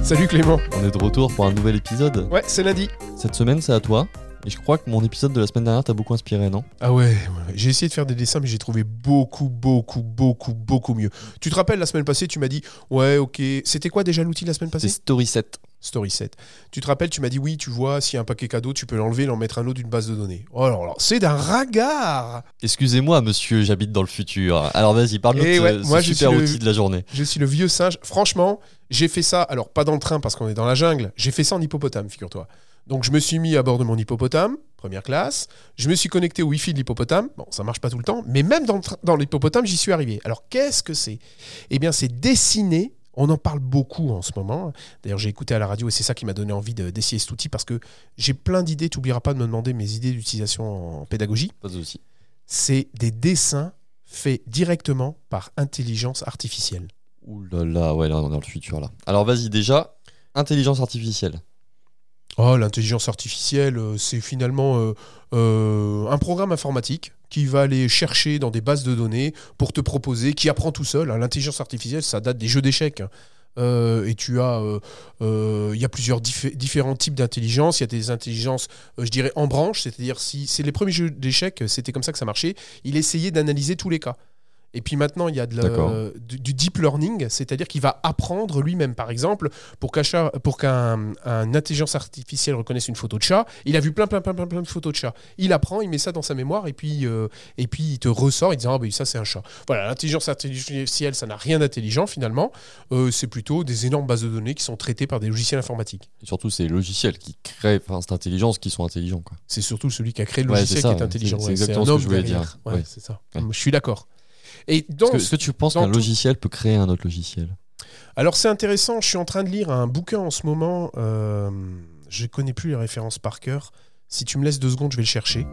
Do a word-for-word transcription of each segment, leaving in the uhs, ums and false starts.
Salut Clément. On est de retour pour un nouvel épisode. Ouais, c'est lundi. Cette semaine, c'est à toi. Et je crois que mon épisode de la semaine dernière t'a beaucoup inspiré, non ? Ah ouais, ouais, j'ai essayé de faire des dessins, mais j'ai trouvé beaucoup, beaucoup, beaucoup, beaucoup mieux. Tu te rappelles, la semaine passée, tu m'as dit, ouais, ok, c'était quoi déjà l'outil la semaine passée ? C'est Storyset. Storyset. Tu te rappelles, tu m'as dit, oui, tu vois, s'il y a un paquet cadeau, tu peux l'enlever et en mettre un autre d'une base de données. Oh alors, alors c'est d'un ragard. Excusez-moi, monsieur, j'habite dans le futur. Alors vas-y, parle-nous Et de ouais, ce, moi, ce je super suis le- outil de la journée. Je suis le vieux singe. Franchement, j'ai fait ça, alors pas dans le train parce qu'on est dans la jungle, j'ai fait ça en hippopotame, figure-toi. Donc je me suis mis à bord de mon hippopotame, première classe. Je me suis connecté au Wi-Fi de l'hippopotame. Bon, ça marche pas tout le temps, mais même dans, le tra- dans l'hippopotame, j'y suis arrivé. Alors qu'est-ce que c'est ? Eh bien, c'est dessiner. On en parle beaucoup en ce moment. D'ailleurs, j'ai écouté à la radio et c'est ça qui m'a donné envie de- d'essayer cet outil parce que j'ai plein d'idées. Tu n'oublieras pas de me demander mes idées d'utilisation en pédagogie. Pas de souci. C'est des dessins faits directement par intelligence artificielle. Ouh là là, ouais, là, on est dans le futur, là. Alors vas-y, déjà, intelligence artificielle. Oh, l'intelligence artificielle, euh, c'est finalement euh, euh, un programme informatique qui va aller chercher dans des bases de données pour te proposer, qui apprend tout seul. Hein. L'intelligence artificielle, ça date des jeux d'échecs. Hein. Euh, et tu as, euh, euh, il y a plusieurs dif- différents types d'intelligence. Il y a des intelligences, euh, je dirais, en branche, c'est-à-dire si c'est les premiers jeux d'échecs, c'était comme ça que ça marchait. Il essayait d'analyser tous les cas. Et puis maintenant, il y a de la- D'accord. du, du deep learning, c'est-à-dire qu'il va apprendre lui-même. Par exemple, pour qu'un chat- pour qu'un un intelligence artificielle reconnaisse une photo de chat, il a vu plein, plein, plein, plein, plein de photos de chat. Il apprend, il met ça dans sa mémoire et puis, euh, et puis il te ressort en disant ah, ben, ça, c'est un chat. Voilà, l'intelligence artificielle, ça n'a rien d'intelligent finalement. Euh, c'est plutôt des énormes bases de données qui sont traitées par des logiciels informatiques. Et surtout, c'est les logiciels qui créent, enfin, cette intelligence qui sont intelligents, quoi. C'est surtout celui qui a créé le Ouais, logiciel c'est ça, qui est intelligent. c'est- c'est Ouais, exactement un ce que homme je voulais derrière. dire. Ouais, Ouais. c'est ça. Ouais. Je suis d'accord. Et dans Est-ce que, est-ce que tu penses dans qu'un tout- logiciel peut créer un autre logiciel ? Alors c'est intéressant, je suis en train de lire un bouquin en ce moment, euh, je ne connais plus les références par cœur. Si tu me laisses deux secondes, je vais le chercher.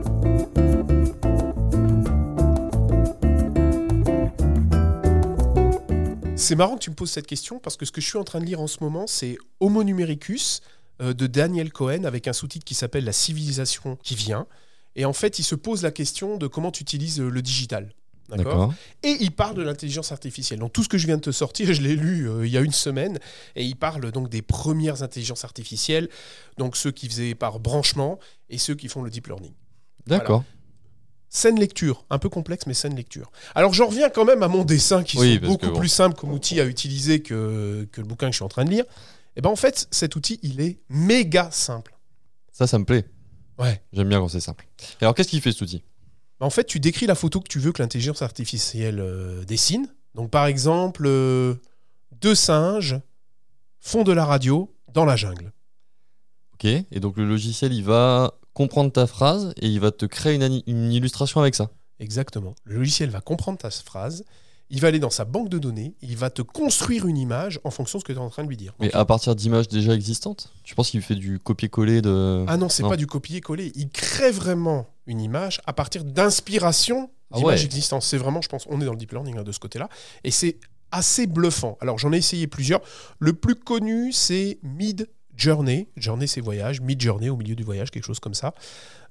C'est marrant que tu me poses cette question parce que ce que je suis en train de lire en ce moment, c'est Homo numericus euh, de Daniel Cohen avec un sous-titre qui s'appelle La civilisation qui vient. Et en fait, il se pose la question de comment tu utilises euh, le digital. D'accord ? D'accord. Et il parle de l'intelligence artificielle. Donc tout ce que je viens de te sortir, je l'ai lu euh, il y a une semaine. Et il parle donc des premières intelligences artificielles, donc ceux qui faisaient par branchement et ceux qui font le deep learning. D'accord. Saine lecture, un peu complexe, mais saine lecture. Alors j'en reviens quand même à mon dessin, qui Oui, sont parce beaucoup que bon. plus simple comme outil à utiliser que, que le bouquin que je suis en train de lire. Et ben en fait, cet outil, il est méga simple. Ça, ça me plaît. Ouais. J'aime bien quand c'est simple. Et alors, qu'est-ce qu'il fait, cet outil ? En fait, tu décris la photo que tu veux que l'intelligence artificielle euh, dessine. Donc, par exemple, euh, deux singes font de la radio dans la jungle. Ok. Et donc, le logiciel, il va comprendre ta phrase et il va te créer une, ani- une illustration avec ça. Exactement. Le logiciel va comprendre ta phrase, il va aller dans sa banque de données, il va te construire une image en fonction de ce que tu es en train de lui dire. Mais Donc, à partir d'images déjà existantes ? Tu penses qu'il fait du copier-coller de... ah non, c'est Non. pas du copier-coller. Il crée vraiment une image à partir d'inspiration Ah d'images ouais. existantes. C'est vraiment, je pense, on est dans le deep learning hein, de ce côté-là. Et c'est assez bluffant. Alors, j'en ai essayé plusieurs. Le plus connu, c'est Mid Journey. Journey, c'est voyage. Mid Journey, au milieu du voyage, quelque chose comme ça.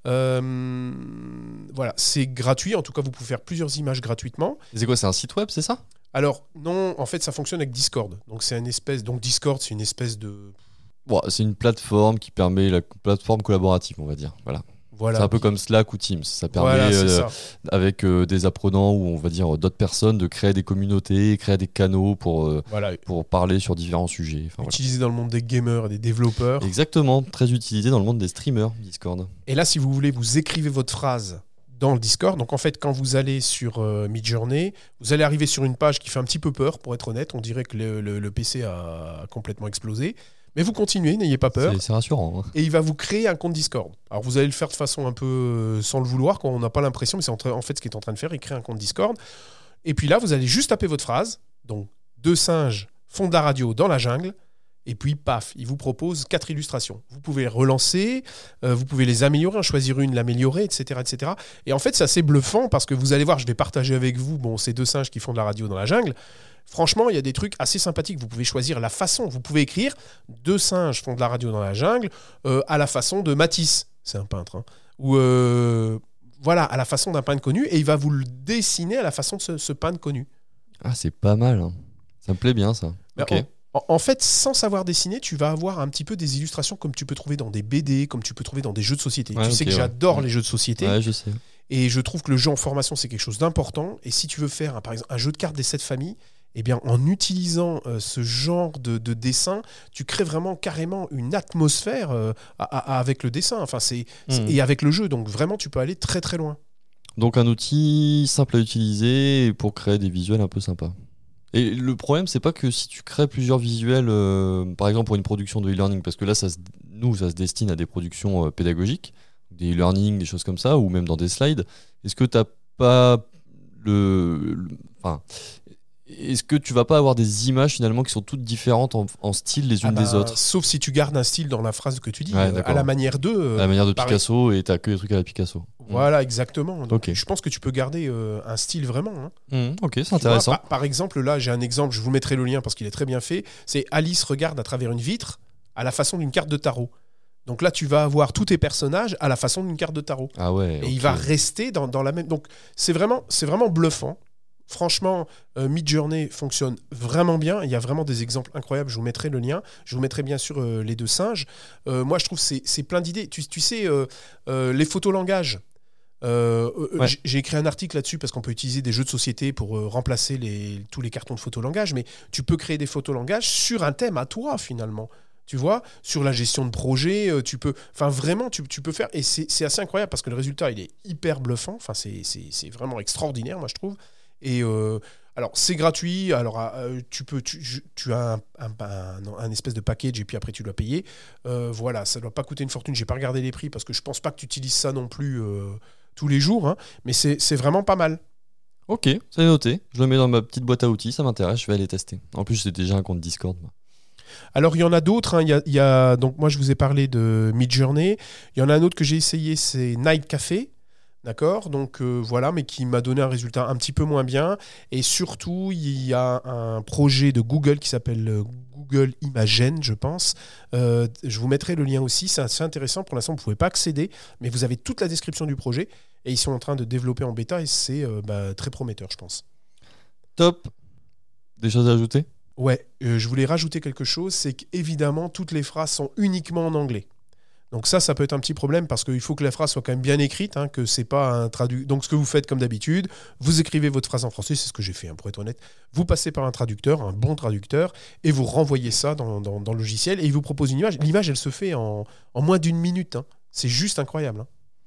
Euh, voilà, c'est gratuit. En tout cas, vous pouvez faire plusieurs images gratuitement. C'est quoi, c'est un site web, c'est ça ? Alors, non, en fait, ça fonctionne avec Discord. Donc, c'est une espèce... Donc, Discord, c'est une espèce de... Bon, c'est une plateforme qui permet la plateforme collaborative, on va dire. Voilà. Voilà. C'est un peu comme Slack ou Teams. Ça permet, Voilà, c'est euh, ça. avec euh, des apprenants ou on va dire d'autres personnes, de créer des communautés, créer des canaux pour, euh, Voilà. pour parler sur différents sujets. Enfin, voilà. Utilisé dans le monde des gamers et des développeurs. Exactement, très utilisé dans le monde des streamers, Discord. Et là, si vous voulez, vous écrivez votre phrase dans le Discord. Donc, en fait, quand vous allez sur euh, Midjourney, vous allez arriver sur une page qui fait un petit peu peur, pour être honnête. On dirait que le, le- le P C a complètement explosé. Mais vous continuez, n'ayez pas peur. C'est, c'est rassurant. Hein. Et il va vous créer un compte Discord. Alors, vous allez le faire de façon un peu euh, sans le vouloir, quand on n'a pas l'impression, mais c'est en, tra- en fait ce qu'il est en train de faire. Il crée un compte Discord. Et puis là, vous allez juste taper votre phrase. Donc, deux singes font de la radio dans la jungle. Et puis, paf, il vous propose quatre illustrations. Vous pouvez les relancer, euh, vous pouvez les améliorer, en choisir une, l'améliorer, et cetera, et cetera. Et en fait, c'est assez bluffant parce que vous allez voir, je vais partager avec vous bon, ces deux singes qui font de la radio dans la jungle. Franchement, il y a des trucs assez sympathiques. Vous pouvez choisir la façon. Vous pouvez écrire deux singes font de la radio dans la jungle euh, à la façon de Matisse. C'est un peintre. Hein. Ou euh, voilà, à la façon d'un peintre connu. Et il va vous le dessiner à la façon de ce, ce peintre connu. Ah, c'est pas mal. Hein. Ça me plaît bien, ça. Mais Ok. en, En, en fait, sans savoir dessiner, tu vas avoir un petit peu des illustrations comme tu peux trouver dans des B D, comme tu peux trouver dans des jeux de société. Ouais, tu okay, sais que ouais. j'adore Ouais. les jeux de société. Ouais, je sais. Et je trouve que le jeu en formation, c'est quelque chose d'important. Et si tu veux faire, un, par exemple, un jeu de cartes des sept familles, eh bien, en utilisant euh, ce genre de, de dessin, tu crées vraiment carrément une atmosphère euh, à, à, avec le dessin. Enfin, c'est, c'est, Mmh. et avec le jeu. Donc, vraiment, tu peux aller très, très loin. Donc un outil simple à utiliser pour créer des visuels un peu sympas. Et le problème, c'est pas que si tu crées plusieurs visuels, euh, par exemple pour une production de e-learning, parce que là, ça se, nous, ça se destine à des productions euh, pédagogiques, des e-learning, des choses comme ça, ou même dans des slides. Est-ce que t'as pas le, le- enfin, est-ce que tu vas pas avoir des images finalement qui sont toutes différentes en, en style les unes Ah des bah, autres, Sauf si tu gardes un style dans la phrase que tu dis, Ouais, euh, d'accord. à la manière d'eux. euh, à la manière de pareil. Picasso, et t'as que des trucs à la Picasso. Voilà, exactement. Donc, Ok. je pense que tu peux garder euh, un style vraiment. Hein. Mmh, ok, c'est Tu vois, intéressant. par, par exemple, là, j'ai un exemple, je vous mettrai le lien parce qu'il est très bien fait. C'est Alice regarde à travers une vitre à la façon d'une carte de tarot. Donc là, tu vas avoir tous tes personnages à la façon d'une carte de tarot. Ah ouais. Et ok. il va rester dans, dans la même. Donc, c'est vraiment, c'est vraiment bluffant. Franchement, euh, Midjourney fonctionne vraiment bien. Il y a vraiment des exemples incroyables. Je vous mettrai le lien. Je vous mettrai bien sûr euh, les deux singes. Euh, moi, je trouve que c'est, c'est plein d'idées. Tu, tu sais, euh, euh, les photolangages. Euh, euh, Ouais. j'ai- J'ai écrit un article là-dessus parce qu'on peut utiliser des jeux de société pour euh, remplacer les, tous les cartons de photolangage. Mais tu peux créer des photolangages sur un thème à toi, finalement. Tu vois, sur la gestion de projet, euh, tu peux, enfin vraiment, tu, tu peux faire, et c'est c'est assez incroyable parce que le résultat, il est hyper bluffant. Enfin, c'est c'est- c'est vraiment extraordinaire, moi je trouve. Et euh, alors, c'est gratuit. Alors, euh, tu peux, tu, je- tu as un, un, un- un espèce de package et puis après tu dois payer. Euh, voilà, ça doit pas coûter une fortune. J'ai pas regardé les prix parce que je pense pas que tu utilises ça non plus euh, tous les jours. Hein, mais c'est c'est vraiment pas mal. Ok, c'est noté. Je le mets dans ma petite boîte à outils, ça m'intéresse, je vais aller tester. En plus, j'ai déjà un compte Discord. moi. Alors, il y en a d'autres. hein. Il y a, il y a- donc, moi, je vous ai parlé de Midjourney. Il y en a un autre que j'ai essayé, c'est Night Café. D'accord, donc euh, voilà, mais qui m'a donné un résultat un petit peu moins bien. Et surtout, il y a un projet de Google qui s'appelle euh, Google Imagen, je pense. Euh, je vous mettrai le lien aussi, c'est assez intéressant. Pour l'instant, vous ne pouvez pas accéder, mais vous avez toute la description du projet. Et ils sont en train de développer en bêta et c'est euh, bah, très prometteur, je pense. Top. Des choses à ajouter? Ouais, euh, je voulais rajouter quelque chose, c'est qu'évidemment, toutes les phrases sont uniquement en anglais. Donc ça, ça peut être un petit problème parce qu'il faut que la phrase soit quand même bien écrite, hein, que c'est pas un traducteur. Donc ce que vous faites comme d'habitude, vous écrivez votre phrase en français, c'est ce que j'ai fait, hein, pour être honnête. Vous passez par un traducteur, un bon traducteur, et vous renvoyez ça dans, dans- dans le logiciel et il vous propose une image. L'image, elle se fait en, en moins d'une minute. hein. C'est juste incroyable. hein.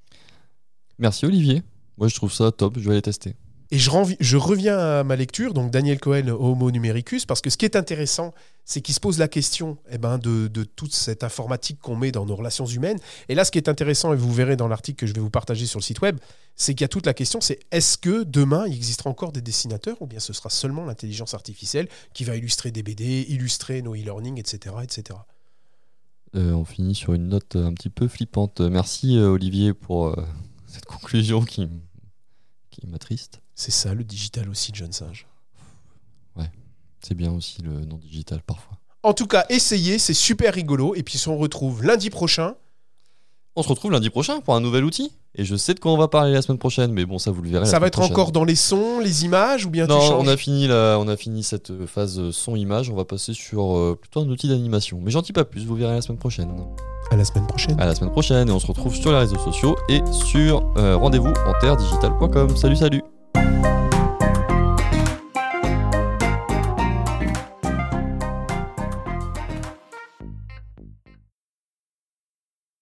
Merci Olivier. Moi, je trouve ça top, je vais aller tester. Et je, renvi- je reviens à ma lecture, donc Daniel Cohen, Homo numericus, parce que ce qui est intéressant, c'est qu'il se pose la question eh ben, de, de toute cette informatique qu'on met dans nos relations humaines. Et là, ce qui est intéressant, et vous verrez dans l'article que je vais vous partager sur le site web, c'est qu'il y a toute la question, c'est est-ce que demain, il existera encore des dessinateurs ou bien ce sera seulement l'intelligence artificielle qui va illustrer des B D, illustrer nos e-learning, et cetera et cetera. Euh, on finit sur une note un petit peu flippante. Merci euh, Olivier pour euh, cette conclusion qui, m- qui m'attriste. C'est ça, le digital aussi, John Singe. C'est bien aussi le non digital parfois. En tout cas, essayez, c'est super rigolo. Et puis, on se retrouve lundi prochain. On se retrouve lundi prochain pour un nouvel outil. Et je sais de quoi on va parler la semaine prochaine, mais bon, ça vous le verrez. la Ça va semaine être prochaine. encore dans les sons, les images ou bien tu Non, changes on a fini la, on a fini cette phase son-image. On va passer sur euh, plutôt un outil d'animation. Mais j'en dis pas plus. Vous verrez la semaine prochaine. À la semaine prochaine. À la semaine prochaine et on se retrouve sur les réseaux sociaux et sur euh, rendez-vous en terre digital point com. Salut, salut.